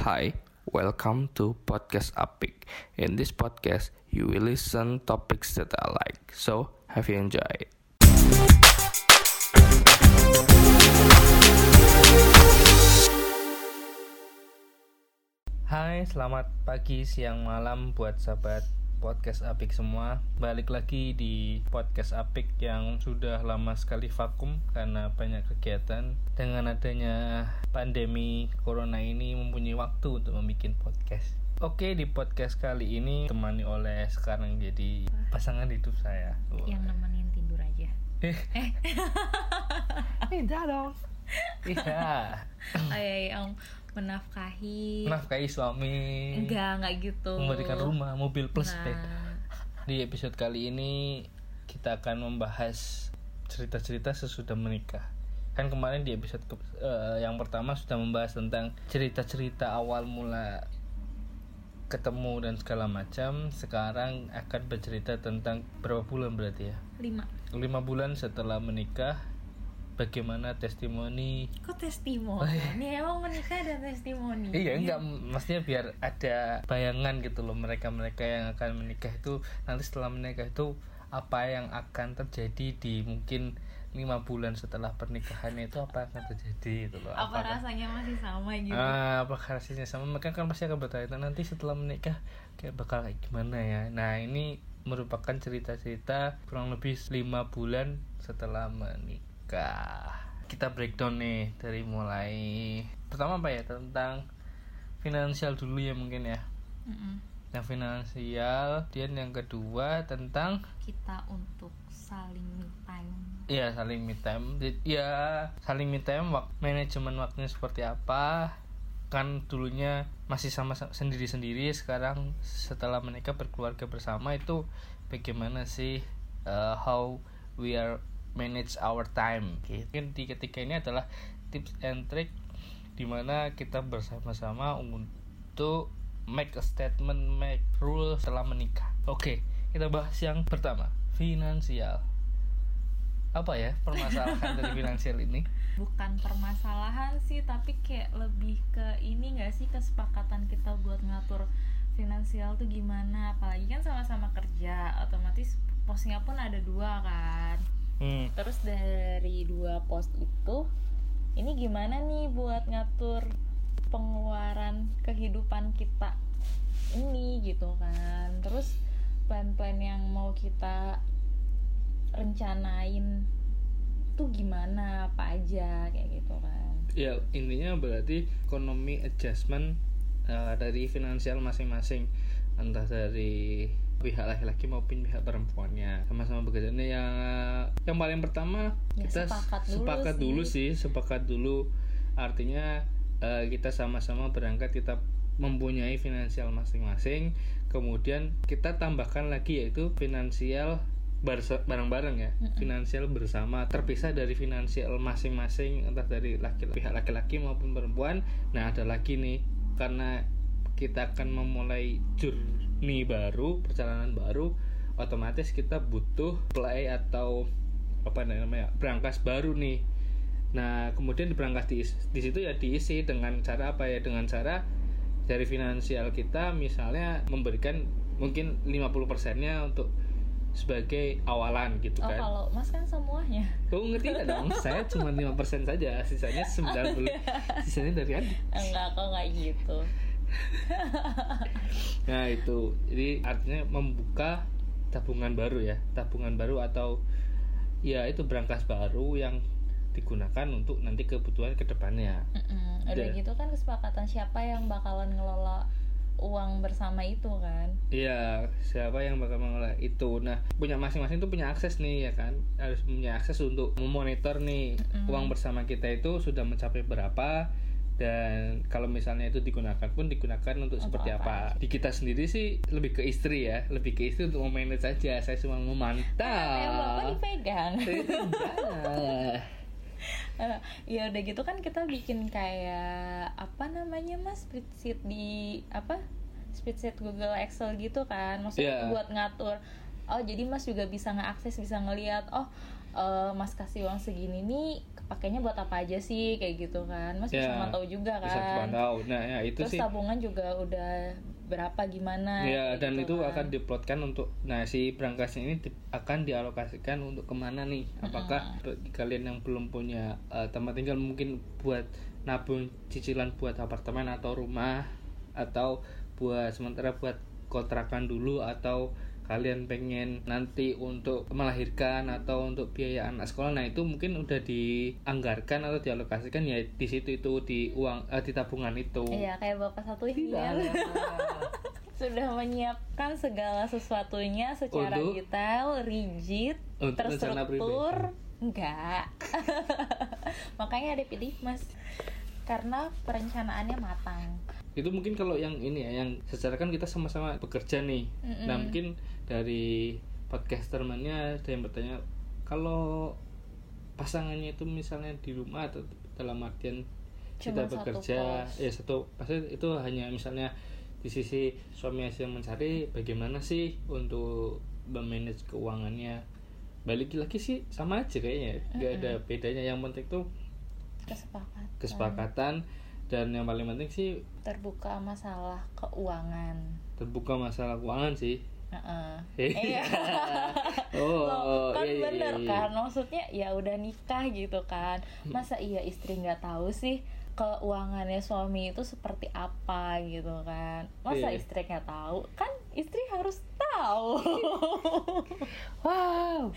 Hi, welcome to Podcast Apik. In this podcast, you will listen topics that I like. So, have you enjoyed? Hai, selamat pagi, siang, malam buat sahabat Podcast Apik semua. Balik lagi di Podcast Apik yang sudah lama sekali vakum karena banyak kegiatan. Dengan adanya pandemi corona ini mempunyai waktu untuk membuat podcast. Oke, di podcast kali ini ditemani oleh sekarang jadi pasangan hidup saya. Yang nemenin tidur aja. Tidak dong. Iya. Yang menafkahi suami. Enggak gitu. Memberikan rumah, mobil plus Nah. pack. Di episode kali ini kita akan membahas cerita-cerita sesudah menikah. Kan kemarin di episode yang pertama sudah membahas tentang cerita-cerita awal mula ketemu dan segala macam. Sekarang akan bercerita tentang berapa bulan berarti ya? 5 bulan setelah menikah. Bagaimana testimoni? Kok testimoni? Nih emang menikah ada testimoni? Iya, enggak, maksudnya biar ada bayangan gitu loh, mereka-mereka yang akan menikah itu nanti setelah menikah itu apa yang akan terjadi di mungkin 5 bulan setelah pernikahan itu, apa yang akan terjadi gitu loh. Apa rasanya masih sama gitu? Apakah rasanya sama? Mereka kan pasti akan bertanya nanti setelah menikah kayak bakal kayak gimana ya. Nah, ini merupakan cerita-cerita kurang lebih 5 bulan setelah menikah. Kita breakdown nih dari mulai pertama apa ya, tentang finansial dulu ya mungkin ya. Yang finansial, dan yang kedua tentang kita untuk saling me time. Iya, saling me time. Ya, saling me time, manajemen waktunya seperti apa. Kan dulunya masih sama sendiri-sendiri, sekarang setelah menikah berkeluarga bersama itu bagaimana sih how we are manage our time. Mungkin di ketiga ini adalah tips and trick dimana kita bersama-sama untuk make a statement, make rule setelah menikah. Oke, kita bahas yang pertama, finansial. Apa ya permasalahan dari finansial ini? Bukan permasalahan sih, tapi kayak lebih ke ini nggak sih, kesepakatan kita buat ngatur finansial tuh gimana. Apalagi kan sama-sama kerja, otomatis posnya pun ada 2 kan. Terus dari 2 pos itu, ini gimana nih buat ngatur pengeluaran kehidupan kita ini gitu kan. Terus plan-plan yang mau kita rencanain tuh gimana, apa aja kayak gitu kan. Ya, intinya berarti ekonomi adjustment dari finansial masing-masing, entah dari pihak laki-laki maupun pihak perempuannya, sama-sama bekerja. Yang paling pertama ya, kita sepakat dulu. Artinya kita sama-sama berangkat, kita mempunyai finansial masing-masing. Kemudian kita tambahkan lagi yaitu finansial bareng-bareng ya. Finansial bersama, terpisah dari finansial masing-masing, entah dari pihak laki-laki maupun perempuan. Nah, ada lagi nih, karena kita akan memulai journey baru, perjalanan baru, otomatis kita butuh play atau berangkas baru nih. Nah, kemudian berangkas di situ ya diisi dengan cara apa ya? Dengan cara dari finansial kita misalnya memberikan mungkin 50%-nya untuk sebagai awalan gitu kan. Kalau Mas kan semuanya. Ngerti enggak dong? Saya cuma 5% saja, sisanya 90. Sisanya dari adik. Enggak, kok enggak gitu. Nah, itu. Jadi artinya membuka tabungan baru atau ya itu berangkas baru yang digunakan untuk nanti kebutuhan kedepannya. Udah gitu kan kesepakatan siapa yang bakalan ngelola uang bersama itu kan. Iya, siapa yang bakal mengelola itu. Nah, punya masing-masing tuh punya akses nih ya kan. Harus punya akses untuk memonitor nih uang bersama kita itu sudah mencapai berapa, dan kalau misalnya itu digunakan untuk seperti apa. Di kita sendiri sih lebih ke istri untuk memanage saja. Saya cuma memantau. Yang bapak dipegang. Ya udah gitu kan kita bikin kayak Mas, spreadsheet Google Excel gitu kan. Maksudnya buat ngatur. Oh, jadi Mas juga bisa ngeakses, bisa ngelihat Mas kasih uang segini nih pakainya buat apa aja sih kayak gitu kan, Mas bisa mantau juga bisa kan. pantau. Nah ya itu Terus sih tabungan juga udah berapa gimana ya, kayak dan gitu itu kan. akan diplotkan untuk, nah si berangkasnya ini akan dialokasikan untuk kemana nih, apakah bagi kalian yang belum punya tempat tinggal mungkin buat nabung cicilan buat apartemen atau rumah, atau buat sementara buat kontrakan dulu, atau kalian pengen nanti untuk melahirkan atau untuk biaya anak sekolah. Nah itu mungkin udah dianggarkan atau dialokasikan ya di situ, itu di uang di tabungan itu. Iya, kayak bapak satu ini kan sudah menyiapkan segala sesuatunya secara Untuk detail, rigid, terstruktur. Enggak. Makanya ada pilih Mas, karena perencanaannya matang. Itu mungkin kalau yang ini ya, yang secara kan kita sama-sama bekerja nih. Nah mungkin dari podcastermannya ada yang bertanya, kalau pasangannya itu misalnya di rumah atau dalam artian kita bekerja ya satu, pasti itu hanya misalnya di sisi suami yang mencari, bagaimana sih untuk memanage keuangannya. Balik lagi sih sama aja kayaknya, nggak ada bedanya. Yang penting tuh kesepakatan. Dan yang paling penting sih terbuka masalah keuangan sih. Iya. Oh, kan iya, bener iya. Kan maksudnya ya udah nikah gitu kan, masa iya istri nggak tahu sih keuangannya suami itu seperti apa gitu kan, masa istri nggak tahu kan, istri harus tahu. Wow.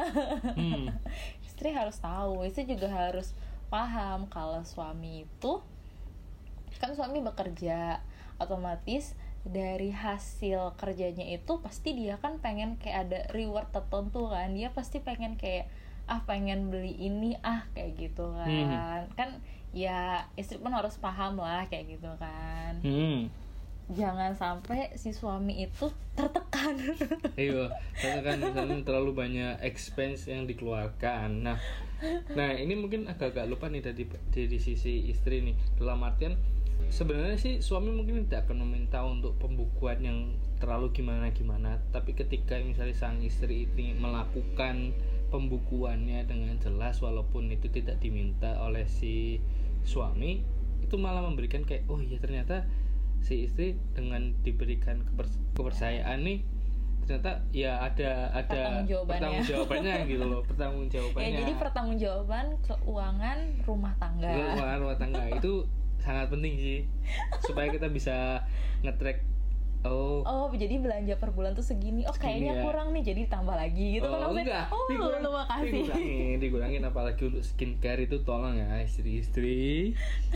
Istri harus tahu, istri juga harus paham kalau suami itu kan, suami bekerja, otomatis dari hasil kerjanya itu pasti dia kan pengen kayak ada reward tertentu kan, dia pasti pengen kayak pengen beli ini kayak gitu kan. Kan ya istri pun harus paham lah kayak gitu kan. Jangan sampai si suami itu tertekan. Iya, karena kan misalnya terlalu banyak expense yang dikeluarkan. Nah ini mungkin agak-agak lupa nih dari sisi istri nih, dalam artian sebenarnya sih suami mungkin tidak akan meminta untuk pembukuan yang terlalu gimana-gimana, tapi ketika misalnya sang istri ini melakukan pembukuannya dengan jelas walaupun itu tidak diminta oleh si suami, itu malah memberikan kayak oh iya ternyata si istri dengan diberikan kepercayaan nih ternyata ya ada pertanggungjawabannya gitu loh, pertanggungjawabannya. Ya jadi pertanggungjawaban keuangan rumah tangga. Keuangan rumah tangga itu sangat penting sih supaya kita bisa nge-track jadi belanja per bulan tuh segini, kayaknya kurang nih, jadi tambah lagi gitu kan. Enggak, makasih. Digurangin apalagi untuk skincare itu tolong ya istri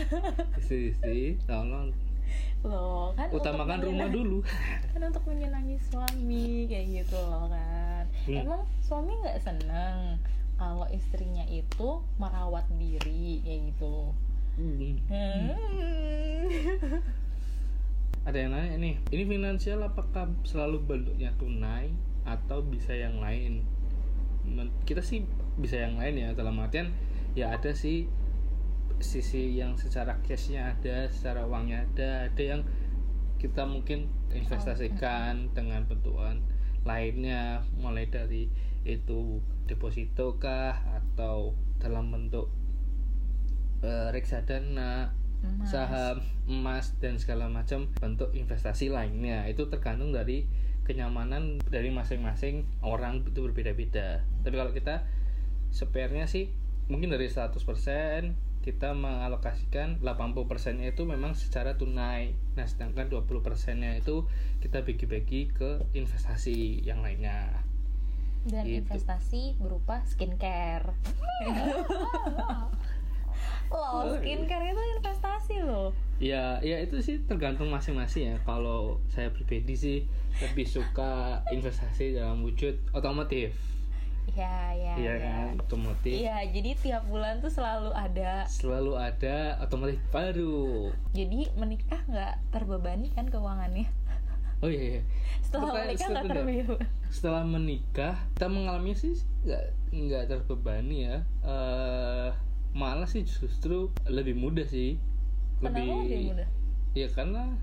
tolong loh kan, utamakan rumah dulu kan untuk menyenangi suami kayak gitu loh kan. Emang suami nggak seneng kalau istrinya itu merawat diri kayak gitu? Ada yang nanya nih, ini finansial apakah selalu bentuknya tunai atau bisa yang lain? Kita sih bisa yang lain ya, dalam artian ya ada sih sisi yang secara cashnya ada, secara uangnya ada yang kita mungkin investasikan dengan bentukan lainnya, mulai dari itu deposito kah atau dalam bentuk reksadana, saham, emas dan segala macam bentuk investasi lainnya. Itu tergantung dari kenyamanan dari masing-masing orang, itu berbeda-beda. Tapi kalau kita spare-nya sih mungkin dari 100% kita mengalokasikan 80%-nya itu memang secara tunai. Nah, sedangkan 20%-nya itu kita bagi-bagi ke investasi yang lainnya. Dan gitu. Investasi berupa skincare. Skincare itu investasi loh. Ya itu sih tergantung masing-masing ya. Kalau saya pribadi sih lebih suka investasi dalam wujud otomotif. Iya kan, otomotif. Iya, jadi tiap bulan tuh selalu ada otomotif baru. Jadi menikah nggak terbebani kan keuangannya? Oh iya. Setelah menikah kita mengalami sih nggak terbebani ya. Malah sih justru lebih mudah sih. Kenapa lebih mudah? Ya karena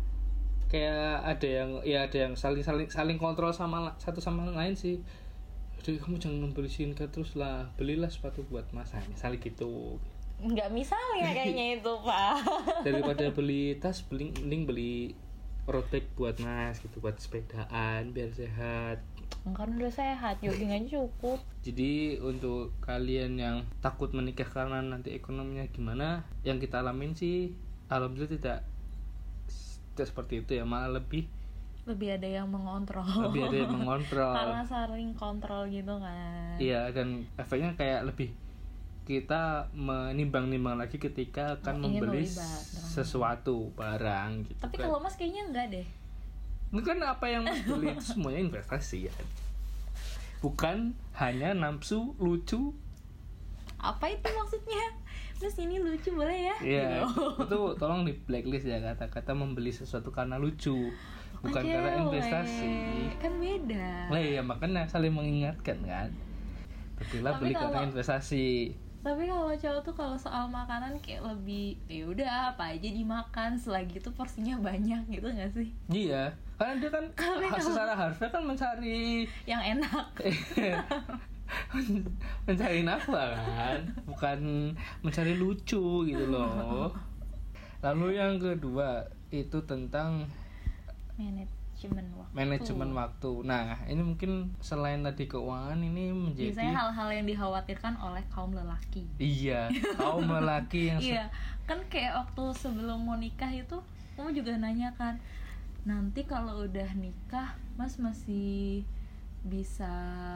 kayak ada yang saling kontrol sama satu sama lain sih. jadi kamu jangan membeli skincare terus lah, belilah sepatu buat Mas, nah, misalnya gitu. Nggak misalnya kayaknya itu Pak. Daripada beli tas, mending beli road bag buat Mas gitu, buat sepedaan biar sehat. Kan udah sehat, jogging aja cukup. Jadi untuk kalian yang takut menikah karena nanti ekonominya gimana, yang kita alamin sih alhamdulillah tidak seperti itu ya, malah lebih ada yang mengontrol. Karena sering kontrol gitu kan. Iya, dan efeknya kayak lebih kita menimbang-nimbang lagi ketika akan membeli sesuatu barang gitu. Tapi kan. kalau Mas kayaknya enggak deh. Kan apa yang Mas beli itu semuanya investasi ya. Bukan hanya nafsu lucu. Apa itu maksudnya? Mas ini lucu boleh ya? Iya. Itu tolong di blacklist ya, kata-kata membeli sesuatu karena lucu. Bukan karena investasi. Kan beda. Nah, ya makanya saling mengingatkan kan. Belilah beli karena investasi. Tapi kalau cowok tuh kalau soal makanan kayak lebih ya udah apa aja dimakan, selagi itu porsinya banyak gitu nggak sih? Iya, karena dia kan secara harfiah kan mencari yang enak. Mencari nafkah kan, bukan mencari lucu gitu loh. Lalu yang kedua itu tentang manajemen waktu. Nah, ini mungkin selain tadi keuangan, ini menjadi biasanya hal-hal yang dikhawatirkan oleh kaum lelaki. Iya, kaum lelaki yang iya, kan kayak waktu sebelum mau nikah itu kamu juga nanya kan, nanti kalau udah nikah Mas masih bisa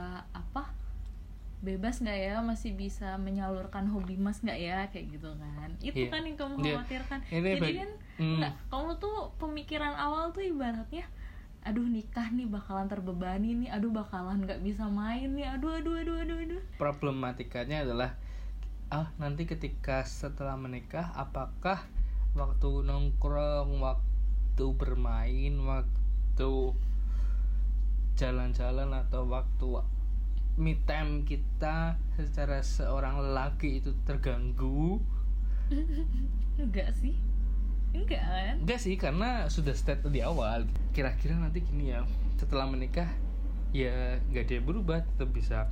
bebas nggak ya, masih bisa menyalurkan hobi Mas nggak ya, kayak gitu kan. Itu kan yang kamu khawatirkan. Jadi kan kamu tuh pemikiran awal tuh ibaratnya, aduh nikah nih bakalan terbebani nih, aduh bakalan nggak bisa main nih, aduh. Problematikanya adalah nanti ketika setelah menikah, apakah waktu nongkrong, waktu bermain, waktu jalan-jalan, atau waktu me time kita secara seorang lelaki itu terganggu? Enggak sih. Enggak sih, karena sudah state di awal. Kira-kira nanti gini ya, setelah menikah ya nggak dia berubah, tetap bisa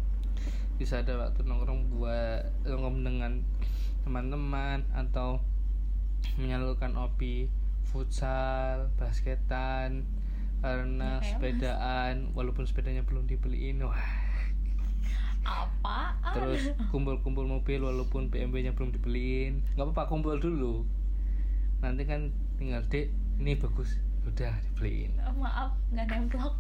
ada waktu nongkrong dengan teman-teman, atau menyalurkan hobi futsal, basketan, karena sepedaan walaupun sepedanya belum dibeliin. Wah, apaan? Terus kumpul-kumpul mobil walaupun BMW-nya belum dibeliin. Nggak apa-apa, kumpul dulu. Nanti kan tinggal dek, ini bagus, udah dibeliin. Maaf, nggak nemplok.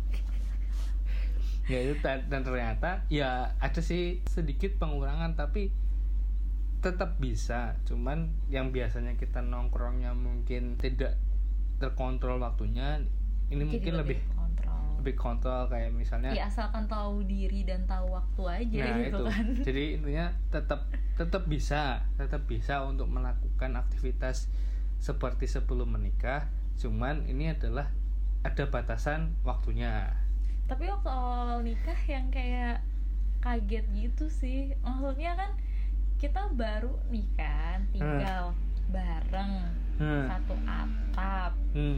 Ya itu, dan ternyata ya ada sih sedikit pengurangan, tapi tetap bisa. Cuman yang biasanya kita nongkrongnya mungkin tidak terkontrol waktunya, ini mungkin lebih kontrol, kayak misalnya ya asalkan tahu diri dan tahu waktu aja. Nah, gitu itu kan. Jadi intinya tetap bisa untuk melakukan aktivitas seperti sebelum menikah, cuman ini adalah ada batasan waktunya. Tapi waktu awal nikah yang kayak kaget gitu sih, maksudnya kan kita baru nikah, tinggal bareng satu atap.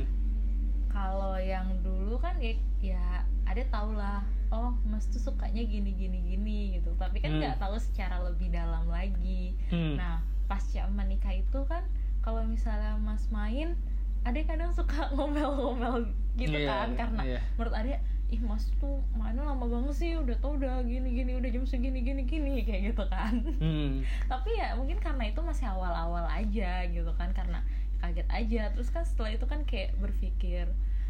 Kalau yang dulu kan ya ada tau lah, oh Mas tuh sukanya gini gitu, tapi kan nggak tahu secara lebih dalam lagi. Nah pasca menikah itu kan kalau misalnya Mas main, Ade kadang suka ngomel gitu kan, karena menurut Ade, ih Mas tuh mainnya lama banget sih, udah tau udah gini udah jam segini kayak gitu kan. Tapi ya mungkin karena itu masih awal-awal aja gitu kan, karena kaget aja. Terus kan setelah itu kan kayak berpikir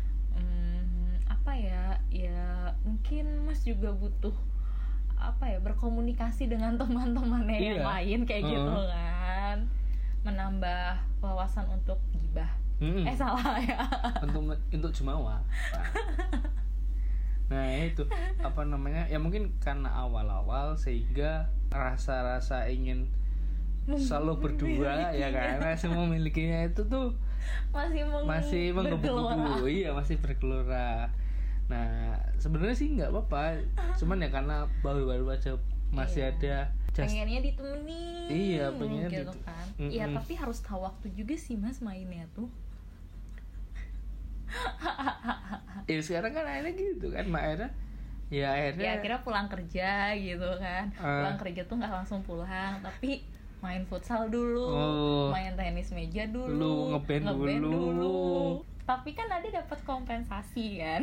ya mungkin Mas juga butuh berkomunikasi dengan teman-temannya yang lain kayak gitu kan, menambah wawasan untuk gibah. Salah ya. Untuk jumawa. Nah itu ya mungkin karena awal-awal sehingga rasa ingin selalu berdua ya kan, masih memilikinya itu tuh masih menggebu-gebu. Iya, masih bergelora. Nah sebenarnya sih nggak apa-apa, cuman ya karena baru-baru aja masih ada pengennya ditemenin. Iya, pengennya gitu kan. Iya, tapi harus tahu waktu juga sih Mas mainnya tuh. Ya sekarang kan akhirnya gitu kan, Mbak Era Ya akhirnya pulang kerja gitu kan. Pulang kerja tuh nggak langsung pulang, tapi main futsal dulu, main tenis meja dulu, ngeband dulu. Tapi kan Ade dapat kompensasi kan.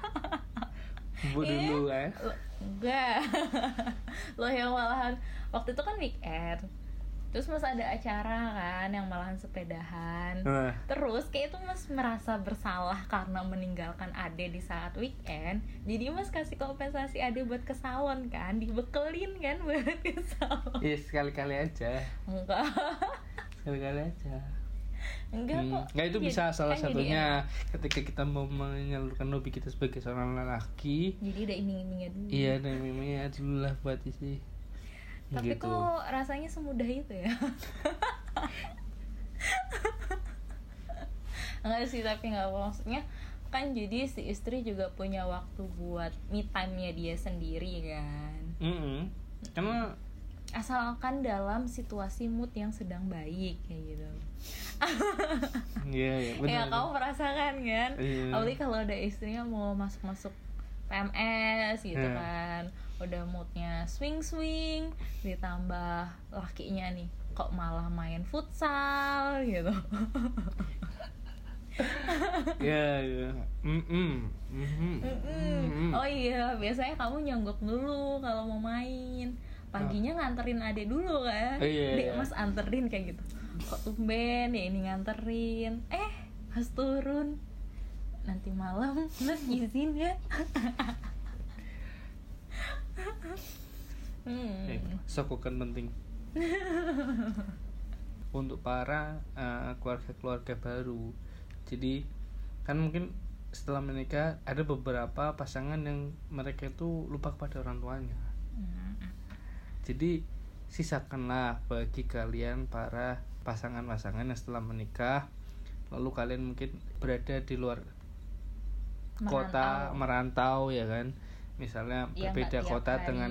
Dulu kan? Enggak. Lo yang malahan waktu itu kan weekend. Terus Mas ada acara kan yang malahan sepedahan. Terus kayak itu Mas merasa bersalah karena meninggalkan Ade di saat weekend. Jadi Mas kasih kompensasi Ade buat ke salon kan, dibekelin kan buat ke salon. Iya, sekali-kali aja. Enggak. Sekali-kali aja. Enggak kok. Nggak, itu bisa salah satunya ketika kita mau menyalurkan hobi kita sebagai seorang lelaki. Jadi ada iming-imingnya dulu. Iya, ada iming-imingnya dulu lah buat isi. Tapi gitu. Kok rasanya semudah itu ya? Enggak sih, tapi nggak apa, maksudnya kan jadi si istri juga punya waktu buat me time-nya dia sendiri kan. Karena asalkan dalam situasi mood yang sedang baik kayak gitu. Iya, benar. Ya kamu merasakan kan? Apalagi kalau ada istrinya mau masuk PMS gitu kan, udah moodnya swing ditambah lakinya nih kok malah main futsal gitu. Ya. Oh iya, biasanya kamu nyonggok dulu kalau mau main. Paginya nganterin Ade dulu kan. Dek, Mas anterin kayak gitu. Kok tumben ya ini nganterin. Pas turun nanti malam Mas izin ya. Sokokan penting untuk para keluarga-keluarga baru. Jadi kan mungkin setelah menikah ada beberapa pasangan yang mereka itu lupa kepada orang tuanya. Jadi sisakanlah bagi kalian para pasangan-pasangan yang setelah menikah lalu kalian mungkin berada di luar kota, merantau ya kan, misalnya ya, berbeda kota dengan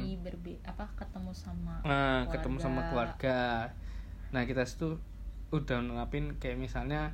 ketemu sama keluarga. Nah kita itu udah nerapin kayak misalnya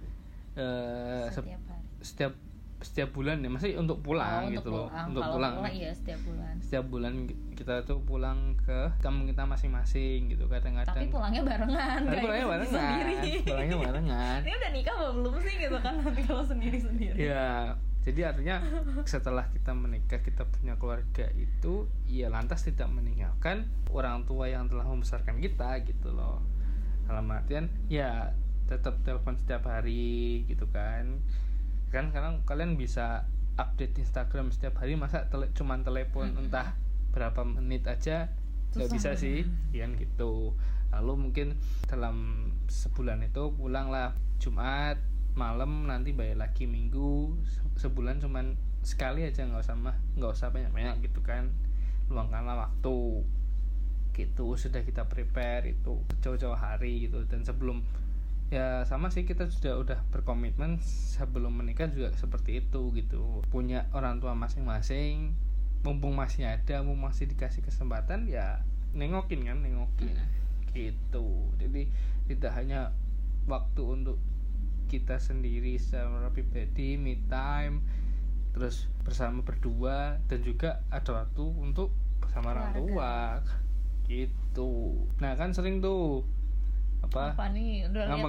setiap bulan ya, masih untuk pulang gitu loh. Untuk pulang iya setiap bulan kita tuh pulang ke kampung kita masing-masing gitu kadang-kadang. Tapi pulangnya barengan. Pulangnya barengan. Ini udah nikah belum sih gitu kan, nanti kalau sendiri-sendiri. Ya, jadi artinya setelah kita menikah kita punya keluarga itu ya lantas tidak meninggalkan orang tua yang telah membesarkan kita gitu loh. Dalam artian ya tetap telepon setiap hari gitu kan. Kan sekarang kalian bisa update Instagram setiap hari, masa cuman telepon entah berapa menit aja nggak bisa sih kan gitu. Lalu mungkin dalam sebulan itu pulanglah Jumat malam, nanti balik lagi Minggu. Sebulan cuman sekali aja, nggak usah banyak gitu kan, luangkanlah waktu gitu. Sudah kita prepare itu jauh-jauh hari gitu. Dan sebelum ya sama sih, kita udah berkomitmen sebelum menikah juga seperti itu gitu, punya orang tua masing-masing. Mumpung masih ada, mumpung masih dikasih kesempatan ya nengokin gitu. Jadi tidak hanya waktu untuk kita sendiri secara pribadi, me time, terus bersama berdua, dan juga ada waktu untuk bersama orang tua gitu. Nah kan sering tuh apa nih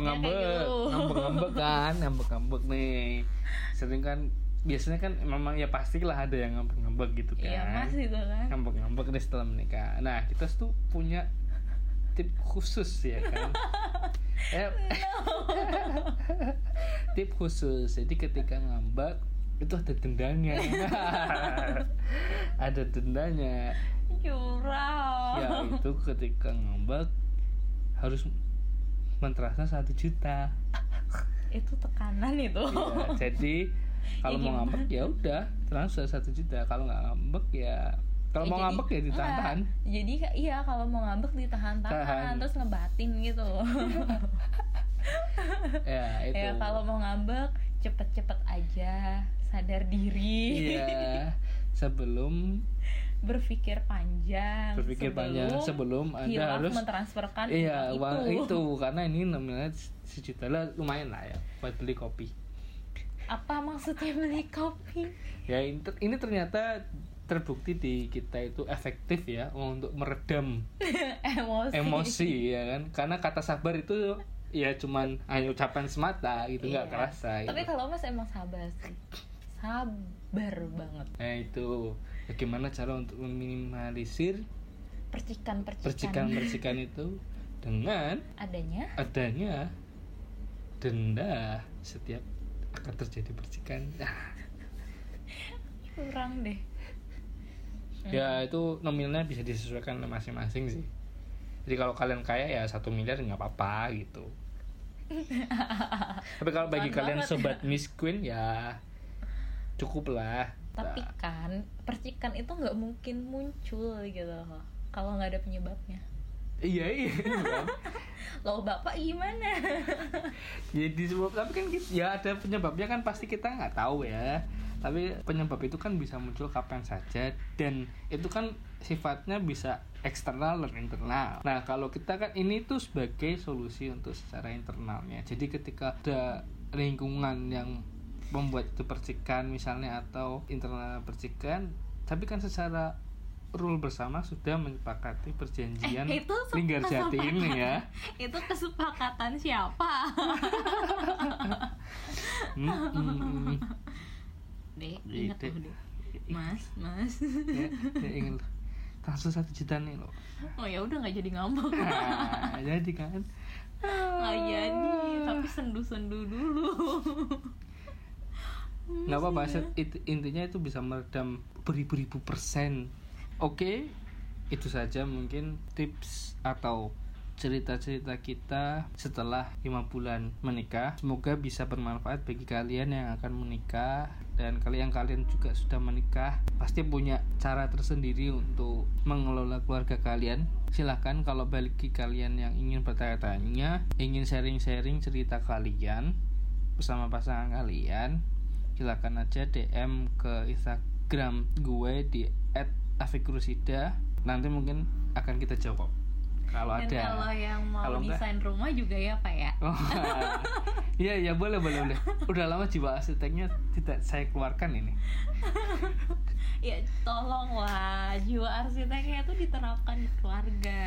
ngambek nih sering kan, biasanya kan memang ya pastilah ada yang ngambek gitu kan. Iya pasti tuh kan, ngambek nih setelah menikah. Nah kita tuh punya tip khusus ya kan. Tip khusus, jadi ketika ngambek itu ada dendanya. Ada dendanya. Curang. Ya itu ketika ngambek harus menterasnya 1 juta. Itu tekanan itu. Ya, jadi kalau mau ngambek ya udah transfer 1 juta. Kalau nggak ngambek ya mau ngambek ya ditahan. Jadi iya, kalau mau ngambek ditahan-tahan terus ngebatin gitu. Ya itu. Ya kalau mau ngambek cepet-cepet aja, sadar diri. Iya. Sebelum berpikir panjang sebelum Anda harus mentransferkan uang itu, karena ini nominalnya 1 juta lah, lumayan lah ya buat beli kopi. Apa maksudnya beli kopi? Ya ini ternyata terbukti di kita itu efektif ya untuk meredam emosi ya kan, karena kata sabar itu ya cuman hanya ucapan semata gitu, nggak kerasa tapi gitu. kalau Mas emang sabar sih, sabar banget. Nah itu bagaimana cara untuk meminimalisir percikan itu dengan adanya denda setiap akan terjadi percikan. Kurang deh. Ya itu nominalnya bisa disesuaikan masing-masing sih. Jadi kalau kalian kaya ya 1 miliar nggak apa-apa gitu. Tapi kalau bagi kalian sobat Miss Queen ya cukup lah. Tapi kan percikan itu nggak mungkin muncul gitu kalau nggak ada penyebabnya. Iya. Loh bapak gimana? Jadi tapi kan ya ada penyebabnya kan, pasti kita nggak tahu ya. Tapi penyebab itu kan bisa muncul kapan saja, dan itu kan sifatnya bisa eksternal dan internal. Nah kalau kita kan ini tuh sebagai solusi untuk secara internalnya. Jadi ketika ada lingkungan yang membuat itu percikan misalnya, atau internal percikan, tapi kan secara rule bersama sudah menyepakati perjanjian Linggarjati ini ya. Itu kesepakatan siapa? Dek, ingat loh dek. Mas. Ya ingin langsung 1 juta nih loh. Oh ya udah nggak jadi ngambek. Nah, jadi kan. Nggak jadi, tapi sendu-sendu dulu. Nggak apa-apa, intinya itu bisa meredam beribu-ribu %. Oke, itu saja mungkin tips atau cerita-cerita kita setelah 5 bulan menikah. Semoga bisa bermanfaat bagi kalian yang akan menikah, dan kalian juga sudah menikah pasti punya cara tersendiri untuk mengelola keluarga kalian. Silahkan kalau bagi kalian yang ingin bertanya-tanya, ingin sharing-sharing cerita kalian bersama pasangan kalian, silahkan aja DM ke Instagram gue di @afikrusida. Nanti mungkin akan kita jawab kalau ada. Kalau yang mau kalau desain rumah juga ya Pak ya. Oh, iya boleh. Udah lama jiwa arsiteknya tidak saya keluarkan ini. Ya tolonglah, jiwa arsiteknya itu diterapkan di keluarga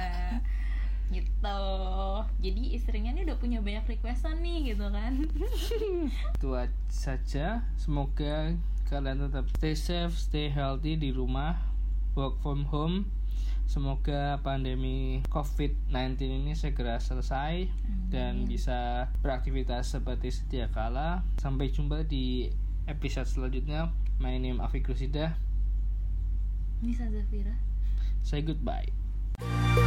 gitu. Jadi istrinya ini udah punya banyak requestan nih gitu kan. Itu saja. Semoga kalian tetap stay safe, stay healthy di rumah, work from home. Semoga pandemi COVID-19 ini segera selesai dan bisa beraktivitas seperti sedia kala. Sampai jumpa di episode selanjutnya. My name Afikrusida. Nisa Zafira. Say goodbye.